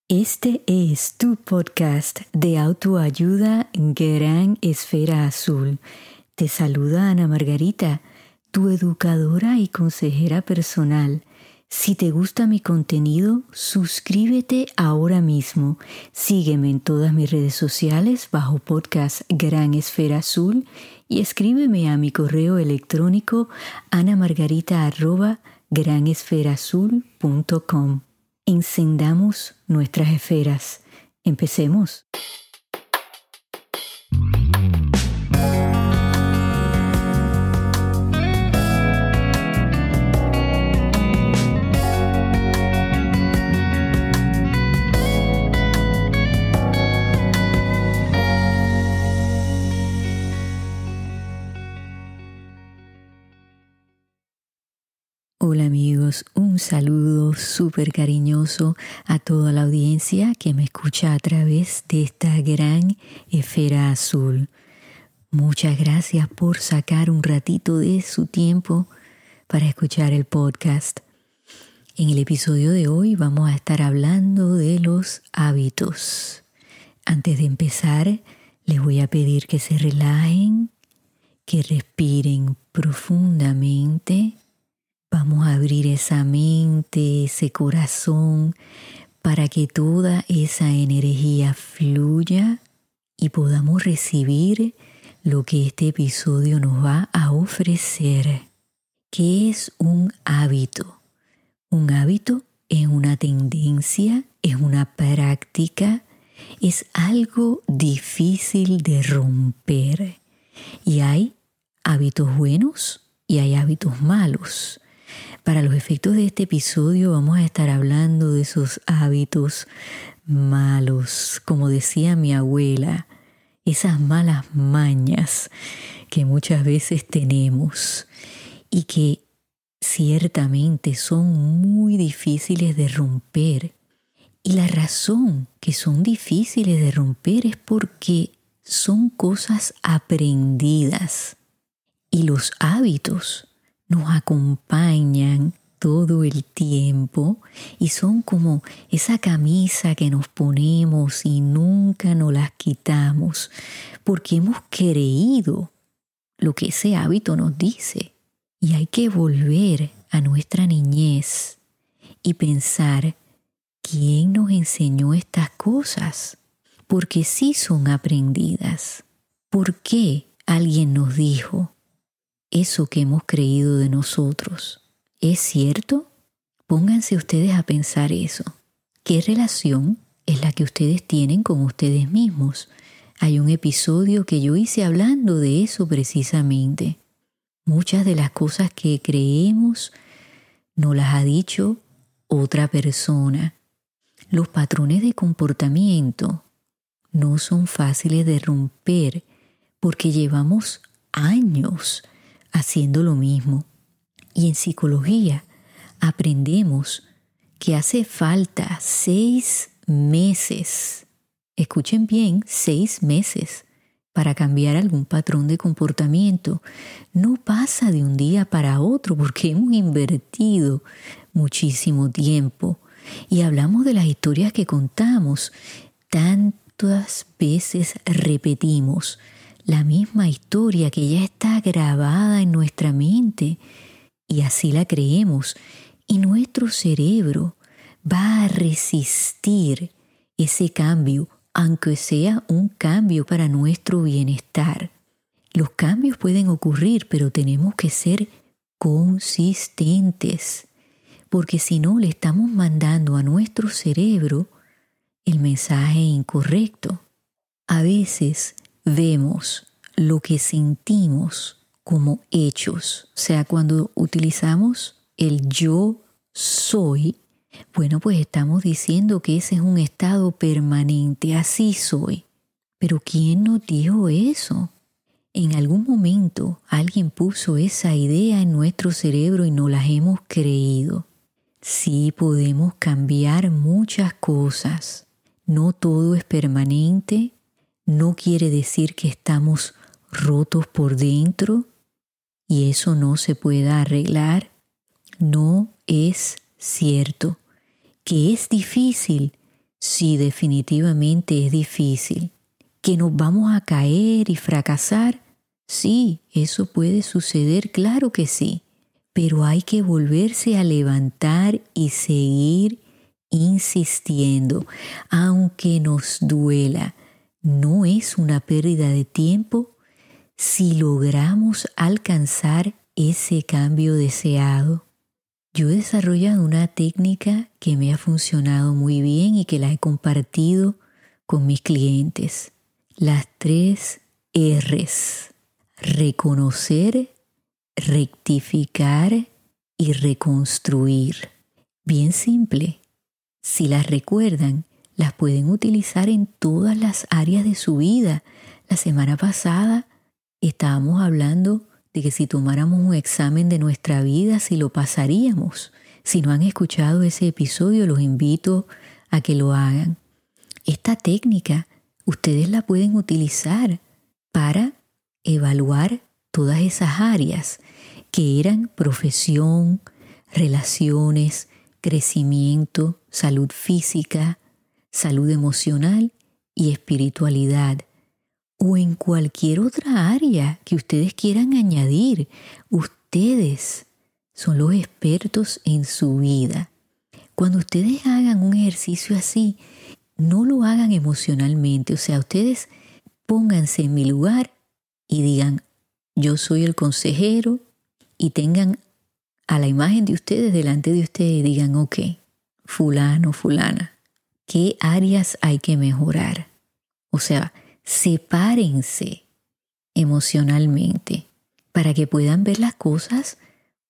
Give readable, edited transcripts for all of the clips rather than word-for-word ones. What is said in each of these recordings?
Este es tu podcast de autoayuda Gran Esfera Azul. Te saluda Ana Margarita, tu educadora y consejera personal. Si te gusta mi contenido, suscríbete ahora mismo. Sígueme en todas mis redes sociales bajo podcast Gran Esfera Azul y escríbeme a mi correo electrónico anamargarita@granesferazul.com. Encendamos nuestras esferas. Empecemos. Hola amigos, un saludo súper cariñoso a toda la audiencia que me escucha a través de esta gran esfera azul. Muchas gracias por sacar un ratito de su tiempo para escuchar el podcast. En el episodio de hoy vamos a estar hablando de los hábitos. Antes de empezar, les voy a pedir que se relajen, que respiren profundamente. Vamos a abrir esa mente, ese corazón, para que toda esa energía fluya y podamos recibir lo que este episodio nos va a ofrecer. ¿Qué es un hábito? Un hábito es una tendencia, es una práctica, es algo difícil de romper. Y hay hábitos buenos y hay hábitos malos. Para los efectos de este episodio vamos a estar hablando de esos hábitos malos, como decía mi abuela, esas malas mañas que muchas veces tenemos y que ciertamente son muy difíciles de romper. Y la razón que son difíciles de romper es porque son cosas aprendidas y los hábitos nos acompañan todo el tiempo y son como esa camisa que nos ponemos y nunca nos las quitamos porque hemos creído lo que ese hábito nos dice. Y hay que volver a nuestra niñez y pensar quién nos enseñó estas cosas, porque sí son aprendidas. ¿Por qué alguien nos dijo eso que hemos creído de nosotros? ¿Es cierto? Pónganse ustedes a pensar eso. ¿Qué relación es la que ustedes tienen con ustedes mismos? Hay un episodio que yo hice hablando de eso precisamente. Muchas de las cosas que creemos nos las ha dicho otra persona. Los patrones de comportamiento no son fáciles de romper porque llevamos años haciendo lo mismo. Y en psicología aprendemos que hace falta 6 meses, escuchen bien, 6 meses para cambiar algún patrón de comportamiento. No pasa de un día para otro porque hemos invertido muchísimo tiempo. Y hablamos de las historias que contamos. Tantas veces repetimos la misma historia que ya está grabada en nuestra mente y así la creemos y nuestro cerebro va a resistir ese cambio, aunque sea un cambio para nuestro bienestar. Los cambios pueden ocurrir, pero tenemos que ser consistentes, porque si no le estamos mandando a nuestro cerebro el mensaje incorrecto. A veces vemos lo que sentimos como hechos. O sea, cuando utilizamos el yo soy, bueno, pues estamos diciendo que ese es un estado permanente, así soy. Pero ¿quién nos dijo eso? En algún momento alguien puso esa idea en nuestro cerebro y no las hemos creído. Sí podemos cambiar muchas cosas. No todo es permanente. No quiere decir que estamos rotos por dentro y eso no se pueda arreglar. No es cierto. Que es difícil, Sí, definitivamente es difícil. ¿Que nos vamos a caer y fracasar? Sí, eso puede suceder, claro que sí. Pero hay que volverse a levantar y seguir insistiendo, aunque nos duela. No es una pérdida de tiempo si logramos alcanzar ese cambio deseado. Yo he desarrollado una técnica que me ha funcionado muy bien y que la he compartido con mis clientes. Las 3 R's: reconocer, rectificar y reconstruir. Bien simple. Si las recuerdan, las pueden utilizar en todas las áreas de su vida. La semana pasada estábamos hablando de que si tomáramos un examen de nuestra vida, si lo pasaríamos. Si no han escuchado ese episodio, los invito a que lo hagan. Esta técnica ustedes la pueden utilizar para evaluar todas esas áreas que eran profesión, relaciones, crecimiento, salud física, salud emocional y espiritualidad, o en cualquier otra área que ustedes quieran añadir. Ustedes son los expertos en su vida. Cuando ustedes hagan un ejercicio así, no lo hagan emocionalmente. O sea, ustedes pónganse en mi lugar y digan, yo soy el consejero, y tengan a la imagen de ustedes delante de ustedes y digan, ok, fulano, fulana, ¿qué áreas hay que mejorar? O sea, sepárense emocionalmente para que puedan ver las cosas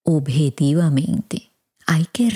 objetivamente. Hay que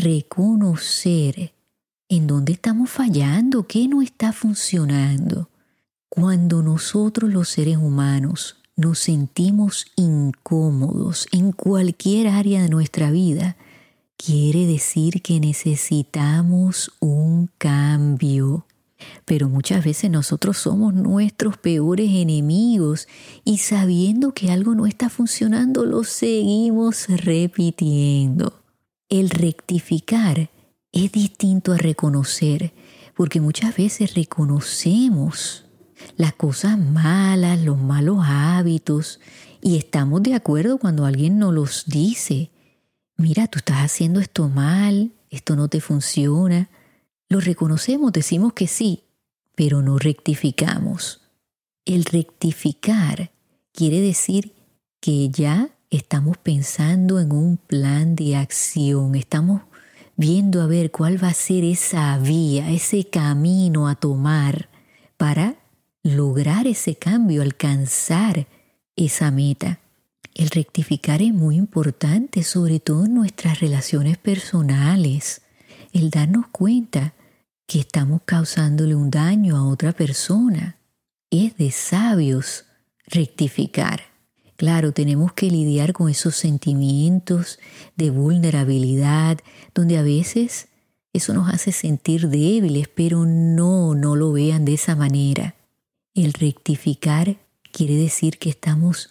reconocer en dónde estamos fallando, qué no está funcionando. Cuando nosotros los seres humanos nos sentimos incómodos en cualquier área de nuestra vida, quiere decir que necesitamos un cambio. Pero muchas veces nosotros somos nuestros peores enemigos y sabiendo que algo no está funcionando, lo seguimos repitiendo. El rectificar es distinto a reconocer, porque muchas veces reconocemos las cosas malas, los malos hábitos, y estamos de acuerdo cuando alguien nos los dice. Mira, tú estás haciendo esto mal, esto no te funciona. Lo reconocemos, decimos que sí, pero no rectificamos. El rectificar quiere decir que ya estamos pensando en un plan de acción, estamos viendo a ver cuál va a ser esa vía, ese camino a tomar para lograr ese cambio, alcanzar esa meta. El rectificar es muy importante, sobre todo en nuestras relaciones personales. El darnos cuenta que estamos causándole un daño a otra persona. Es de sabios rectificar. Claro, tenemos que lidiar con esos sentimientos de vulnerabilidad, donde a veces eso nos hace sentir débiles, pero no lo vean de esa manera. El rectificar quiere decir que estamos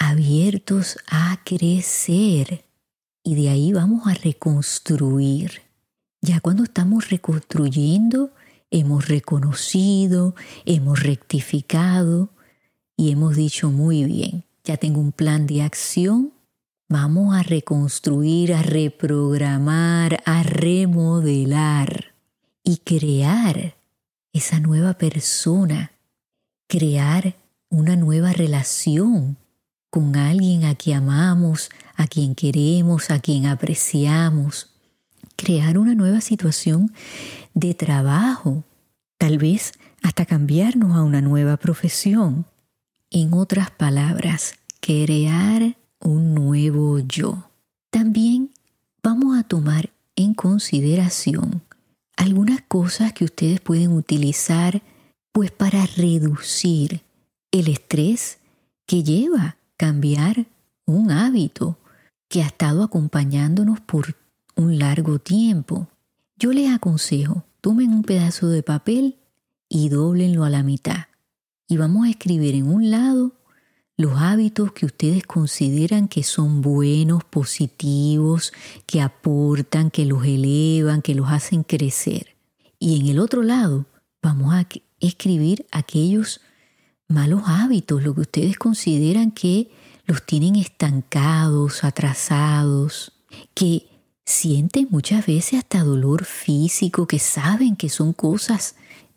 abiertos a crecer y de ahí vamos a reconstruir. Ya cuando estamos reconstruyendo, hemos reconocido, hemos rectificado y hemos dicho muy bien, ya tengo un plan de acción, vamos a reconstruir, a reprogramar, a remodelar y crear esa nueva persona, crear una nueva relación con alguien a quien amamos, a quien queremos, a quien apreciamos. Crear una nueva situación de trabajo, tal vez hasta cambiarnos a una nueva profesión. En otras palabras, crear un nuevo yo. También vamos a tomar en consideración algunas cosas que ustedes pueden utilizar pues para reducir el estrés que lleva cambiar un hábito que ha estado acompañándonos por un largo tiempo. Yo les aconsejo, tomen un pedazo de papel y dóblenlo a la mitad. Y vamos a escribir en un lado los hábitos que ustedes consideran que son buenos, positivos, que aportan, que los elevan, que los hacen crecer. Y en el otro lado, Vamos a escribir aquellos malos hábitos, lo que ustedes consideran que los tienen estancados, atrasados, que sienten muchas veces hasta dolor físico, que saben que son cosas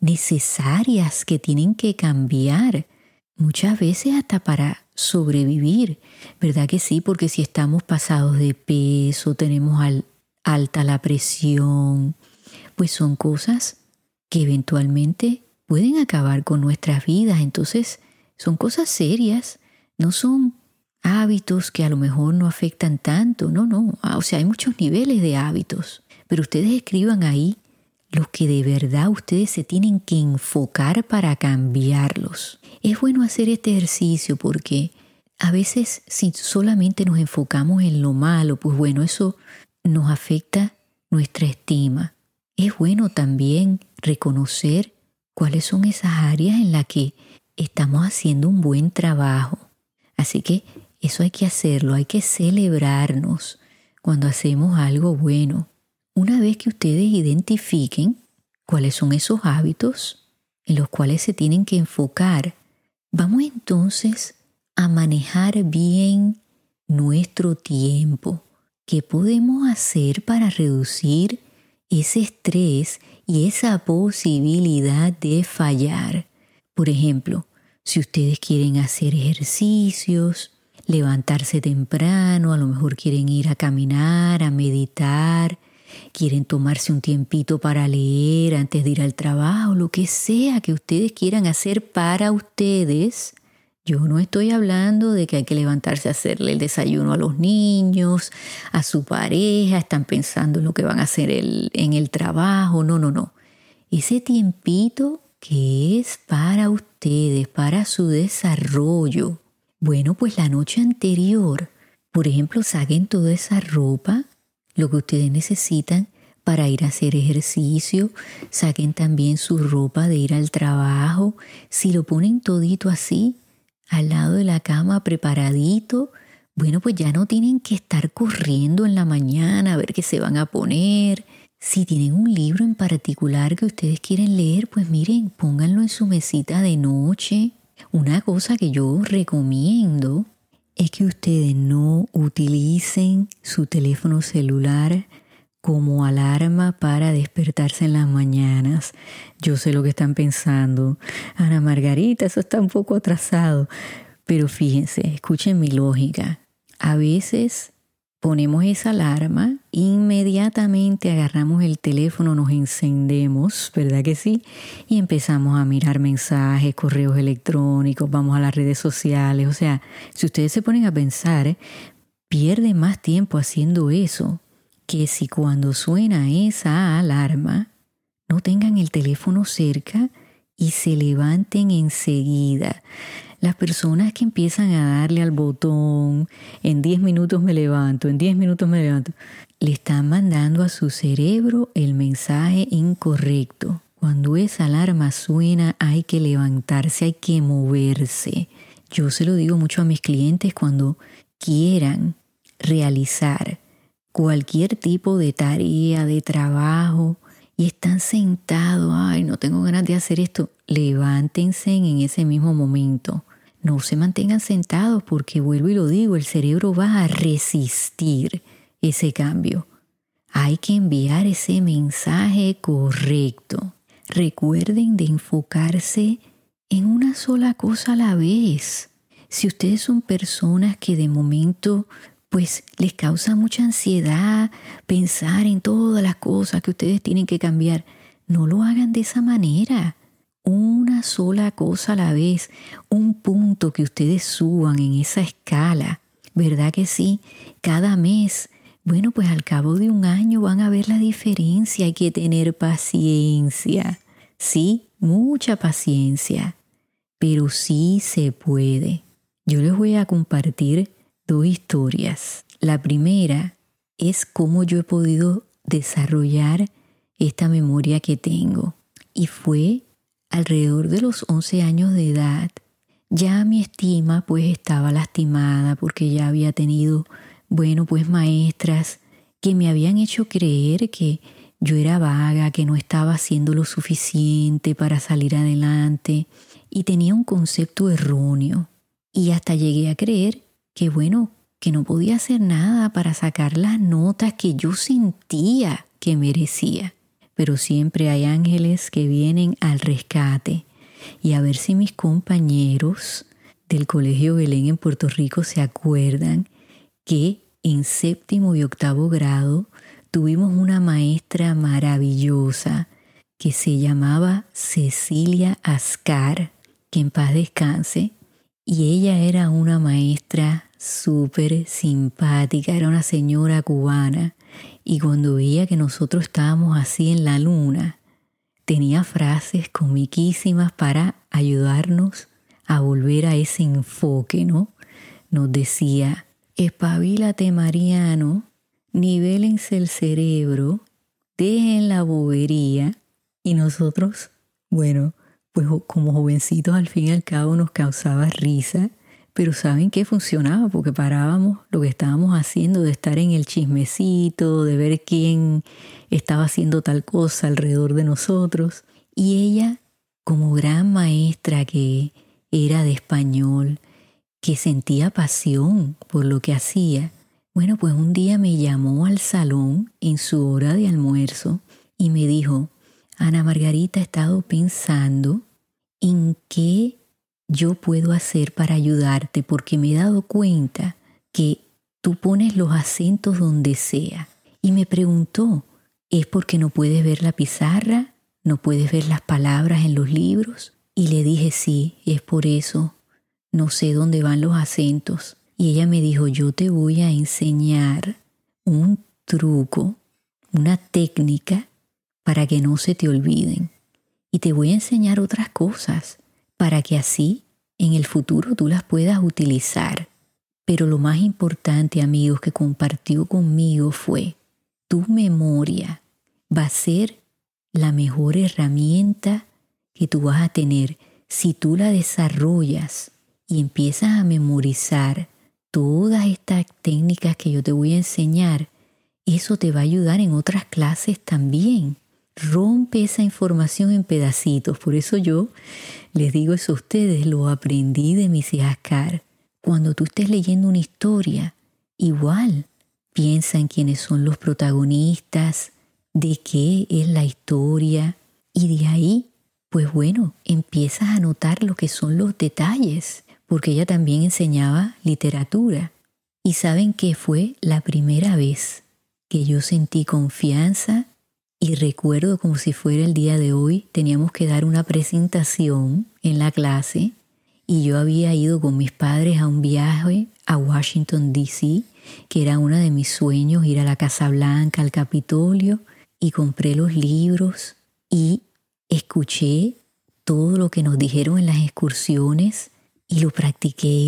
necesarias que tienen que cambiar, muchas veces hasta para sobrevivir, ¿verdad que sí? Porque si estamos pasados de peso, tenemos alta la presión, pues son cosas que eventualmente pueden acabar con nuestras vidas. Entonces son cosas serias, no son hábitos que a lo mejor no afectan tanto, no. O sea, hay muchos niveles de hábitos, pero ustedes escriban ahí los que de verdad ustedes se tienen que enfocar para cambiarlos. Es bueno hacer este ejercicio porque a veces si solamente nos enfocamos en lo malo, pues bueno, eso nos afecta nuestra estima. Es bueno también reconocer cuáles son esas áreas en las que estamos haciendo un buen trabajo. Así que eso hay que hacerlo, hay que celebrarnos cuando hacemos algo bueno. Una vez que ustedes identifiquen cuáles son esos hábitos en los cuales se tienen que enfocar, vamos entonces a manejar bien nuestro tiempo. ¿Qué podemos hacer para reducir ese estrés y esa posibilidad de fallar? Por ejemplo, si ustedes quieren hacer ejercicios, levantarse temprano, a lo mejor quieren ir a caminar, a meditar, quieren tomarse un tiempito para leer antes de ir al trabajo, lo que sea que ustedes quieran hacer para ustedes. Yo no estoy hablando de que hay que levantarse a hacerle el desayuno a los niños, a su pareja, están pensando en lo que van a hacer en el trabajo. No. Ese tiempito que es para ustedes, para su desarrollo. Bueno, pues la noche anterior, por ejemplo, saquen toda esa ropa, lo que ustedes necesitan para ir a hacer ejercicio, saquen también su ropa de ir al trabajo. Si lo ponen todito así, al lado de la cama preparadito, bueno, pues ya no tienen que estar corriendo en la mañana a ver qué se van a poner. Si tienen un libro en particular que ustedes quieren leer, pues miren, pónganlo en su mesita de noche. Una cosa que yo recomiendo es que ustedes no utilicen su teléfono celular como alarma para despertarse en las mañanas. Yo sé lo que están pensando. Ana Margarita, eso está un poco atrasado. Pero fíjense, escuchen mi lógica. A veces ponemos esa alarma, inmediatamente agarramos el teléfono, nos encendemos, ¿verdad que sí? Y empezamos a mirar mensajes, correos electrónicos, vamos a las redes sociales. O sea, si ustedes se ponen a pensar, pierden más tiempo haciendo eso que si cuando suena esa alarma no tengan el teléfono cerca y se levanten enseguida. Las personas que empiezan a darle al botón, en 10 minutos me levanto, le están mandando a su cerebro el mensaje incorrecto. Cuando esa alarma suena hay que levantarse, hay que moverse. Yo se lo digo mucho a mis clientes cuando quieran realizar cualquier tipo de tarea, de trabajo, y están sentados, no tengo ganas de hacer esto, levántense en ese mismo momento. No se mantengan sentados porque, vuelvo y lo digo, el cerebro va a resistir ese cambio. Hay que enviar ese mensaje correcto. Recuerden de enfocarse en una sola cosa a la vez. Si ustedes son personas que de momento pues les causa mucha ansiedad pensar en todas las cosas que ustedes tienen que cambiar, no lo hagan de esa manera. Una sola cosa a la vez, un punto que ustedes suban en esa escala, ¿verdad que sí? Cada mes, bueno, pues al cabo de un año van a ver la diferencia. Hay que tener paciencia, sí, mucha paciencia, pero sí se puede. Yo les voy a compartir 2 historias. La primera es cómo yo he podido desarrollar esta memoria que tengo. Y fue alrededor de los 11 años de edad. Ya mi estima pues estaba lastimada porque ya había tenido, bueno, pues maestras que me habían hecho creer que yo era vaga, que no estaba haciendo lo suficiente para salir adelante y tenía un concepto erróneo. Y hasta llegué a creer que que no podía hacer nada para sacar las notas que yo sentía que merecía. Pero siempre hay ángeles que vienen al rescate. Y a ver si mis compañeros del Colegio Belén en Puerto Rico se acuerdan que en 7º y 8º grado tuvimos una maestra maravillosa que se llamaba Cecilia Ascar, que en paz descanse, y ella era una maestra súper simpática, era una señora cubana, y cuando veía que nosotros estábamos así en la luna, tenía frases comiquísimas para ayudarnos a volver a ese enfoque, ¿no? Nos decía: espabilate, Mariano, nivélense el cerebro, dejen la bobería. Y nosotros, pues como jovencitos al fin y al cabo nos causaba risa, pero ¿saben qué? Funcionaba porque parábamos lo que estábamos haciendo de estar en el chismecito, de ver quién estaba haciendo tal cosa alrededor de nosotros. Y ella, como gran maestra que era de español, que sentía pasión por lo que hacía, pues un día me llamó al salón en su hora de almuerzo y me dijo: Ana Margarita, he estado pensando en qué yo puedo hacer para ayudarte, porque me he dado cuenta que tú pones los acentos donde sea. Y me preguntó: ¿es porque no puedes ver la pizarra? ¿No puedes ver las palabras en los libros? Y le dije: sí, es por eso. No sé dónde van los acentos. Y ella me dijo: yo te voy a enseñar un truco, una técnica para que no se te olviden. Y te voy a enseñar otras cosas para que así en el futuro tú las puedas utilizar. Pero lo más importante, amigos, que compartió conmigo fue: tu memoria va a ser la mejor herramienta que tú vas a tener si tú la desarrollas y empiezas a memorizar todas estas técnicas que yo te voy a enseñar. Eso te va a ayudar en otras clases también. Rompe esa información en pedacitos. Por eso yo les digo eso a ustedes, lo aprendí de Mrs. Ascar. Cuando tú estés leyendo una historia, igual piensa en quiénes son los protagonistas, de qué es la historia, y de ahí, empiezas a notar lo que son los detalles, porque ella también enseñaba literatura. Y ¿saben qué fue la primera vez que yo sentí confianza? Y recuerdo como si fuera el día de hoy, teníamos que dar una presentación en la clase y yo había ido con mis padres a un viaje a Washington, D.C., que era uno de mis sueños, ir a la Casa Blanca, al Capitolio, y compré los libros y escuché todo lo que nos dijeron en las excursiones y lo practiqué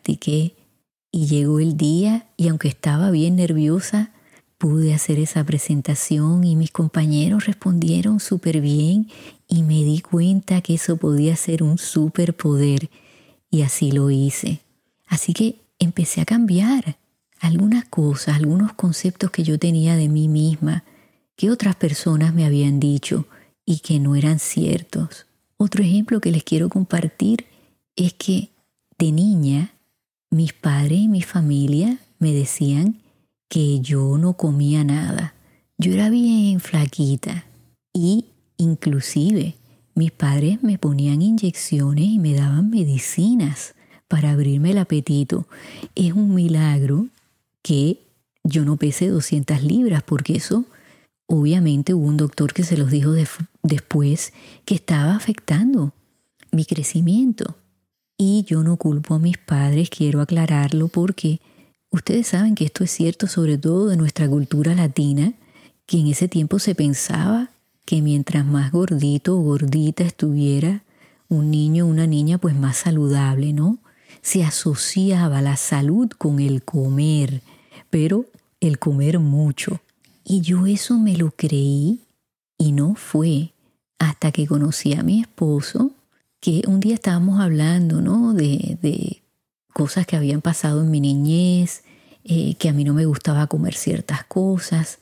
y llegó el día y aunque estaba bien nerviosa, pude hacer esa presentación y mis compañeros respondieron súper bien y me di cuenta que eso podía ser un superpoder y así lo hice. Así que empecé a cambiar algunas cosas, algunos conceptos que yo tenía de mí misma, que otras personas me habían dicho y que no eran ciertos. Otro ejemplo que les quiero compartir es que de niña mis padres y mi familia me decían que yo no comía nada. Yo era bien flaquita y inclusive mis padres me ponían inyecciones y me daban medicinas para abrirme el apetito. Es un milagro que yo no pese 200 libras porque eso obviamente hubo un doctor que se los dijo después que estaba afectando mi crecimiento. Y yo no culpo a mis padres, quiero aclararlo porque ustedes saben que esto es cierto sobre todo de nuestra cultura latina, que en ese tiempo se pensaba que mientras más gordito o gordita estuviera un niño o una niña, pues más saludable, ¿no? Se asociaba la salud con el comer, pero el comer mucho. Y yo eso me lo creí y no fue hasta que conocí a mi esposo, que un día estábamos hablando, ¿no? de cosas que habían pasado en mi niñez, que a mí no me gustaba comer ciertas cosas.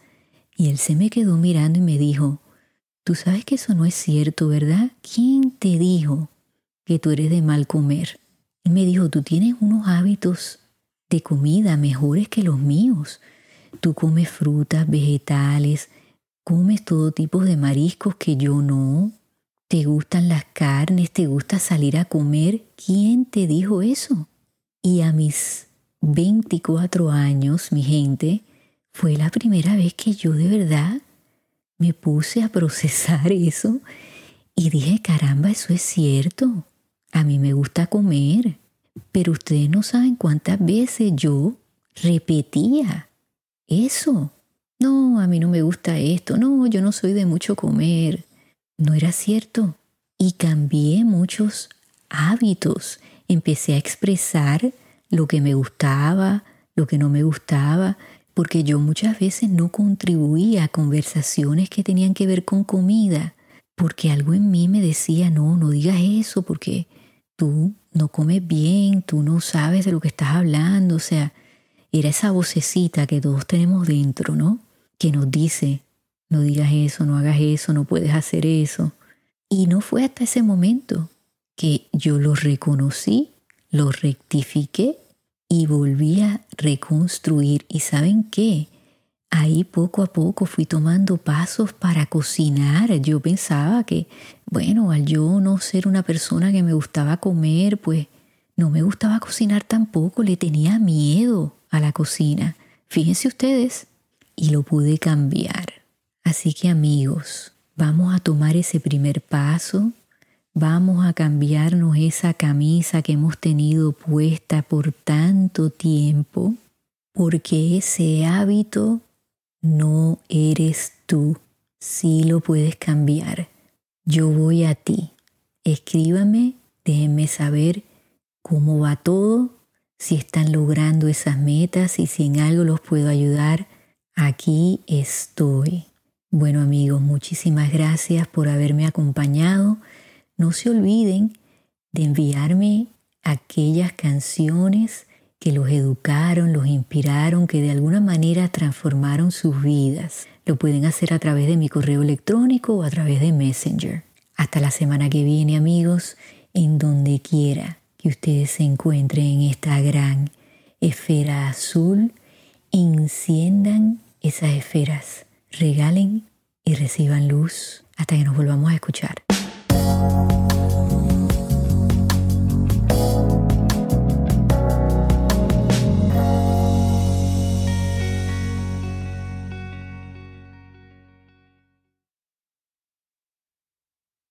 Y él se me quedó mirando y me dijo, tú sabes que eso no es cierto, ¿verdad? ¿Quién te dijo que tú eres de mal comer? Él me dijo, tú tienes unos hábitos de comida mejores que los míos. Tú comes frutas, vegetales, comes todo tipo de mariscos que yo no. ¿Te gustan las carnes? ¿Te gusta salir a comer? ¿Quién te dijo eso? Y a mis 24 años, mi gente, fue la primera vez que yo de verdad me puse a procesar eso y dije, caramba, eso es cierto. A mí me gusta comer, pero ustedes no saben cuántas veces yo repetía eso. No, a mí no me gusta esto. No, yo no soy de mucho comer. No era cierto. Y cambié muchos hábitos. Empecé a expresar lo que me gustaba, lo que no me gustaba, porque yo muchas veces no contribuía a conversaciones que tenían que ver con comida, porque algo en mí me decía, no, no digas eso, porque tú no comes bien, tú no sabes de lo que estás hablando. O sea, era esa vocecita que todos tenemos dentro, ¿no? Que nos dice, no digas eso, no hagas eso, no puedes hacer eso. Y no fue hasta ese momento que yo lo reconocí, lo rectifiqué y volví a reconstruir. ¿Y saben qué? Ahí poco a poco fui tomando pasos para cocinar. Yo pensaba que, bueno, al yo no ser una persona que me gustaba comer, pues no me gustaba cocinar tampoco, le tenía miedo a la cocina. Fíjense ustedes, y lo pude cambiar. Así que amigos, vamos a tomar ese primer paso, vamos a cambiarnos esa camisa que hemos tenido puesta por tanto tiempo, porque ese hábito no eres tú, sí lo puedes cambiar. Yo voy a ti. Escríbame, déjenme saber cómo va todo, si están logrando esas metas y si en algo los puedo ayudar. Aquí estoy. Bueno amigos, muchísimas gracias por haberme acompañado. No se olviden de enviarme aquellas canciones que los educaron, los inspiraron, que de alguna manera transformaron sus vidas. Lo pueden hacer a través de mi correo electrónico o a través de Messenger. Hasta la semana que viene, amigos, en donde quiera que ustedes se encuentren en esta gran esfera azul, enciendan esas esferas, regalen y reciban luz hasta que nos volvamos a escuchar.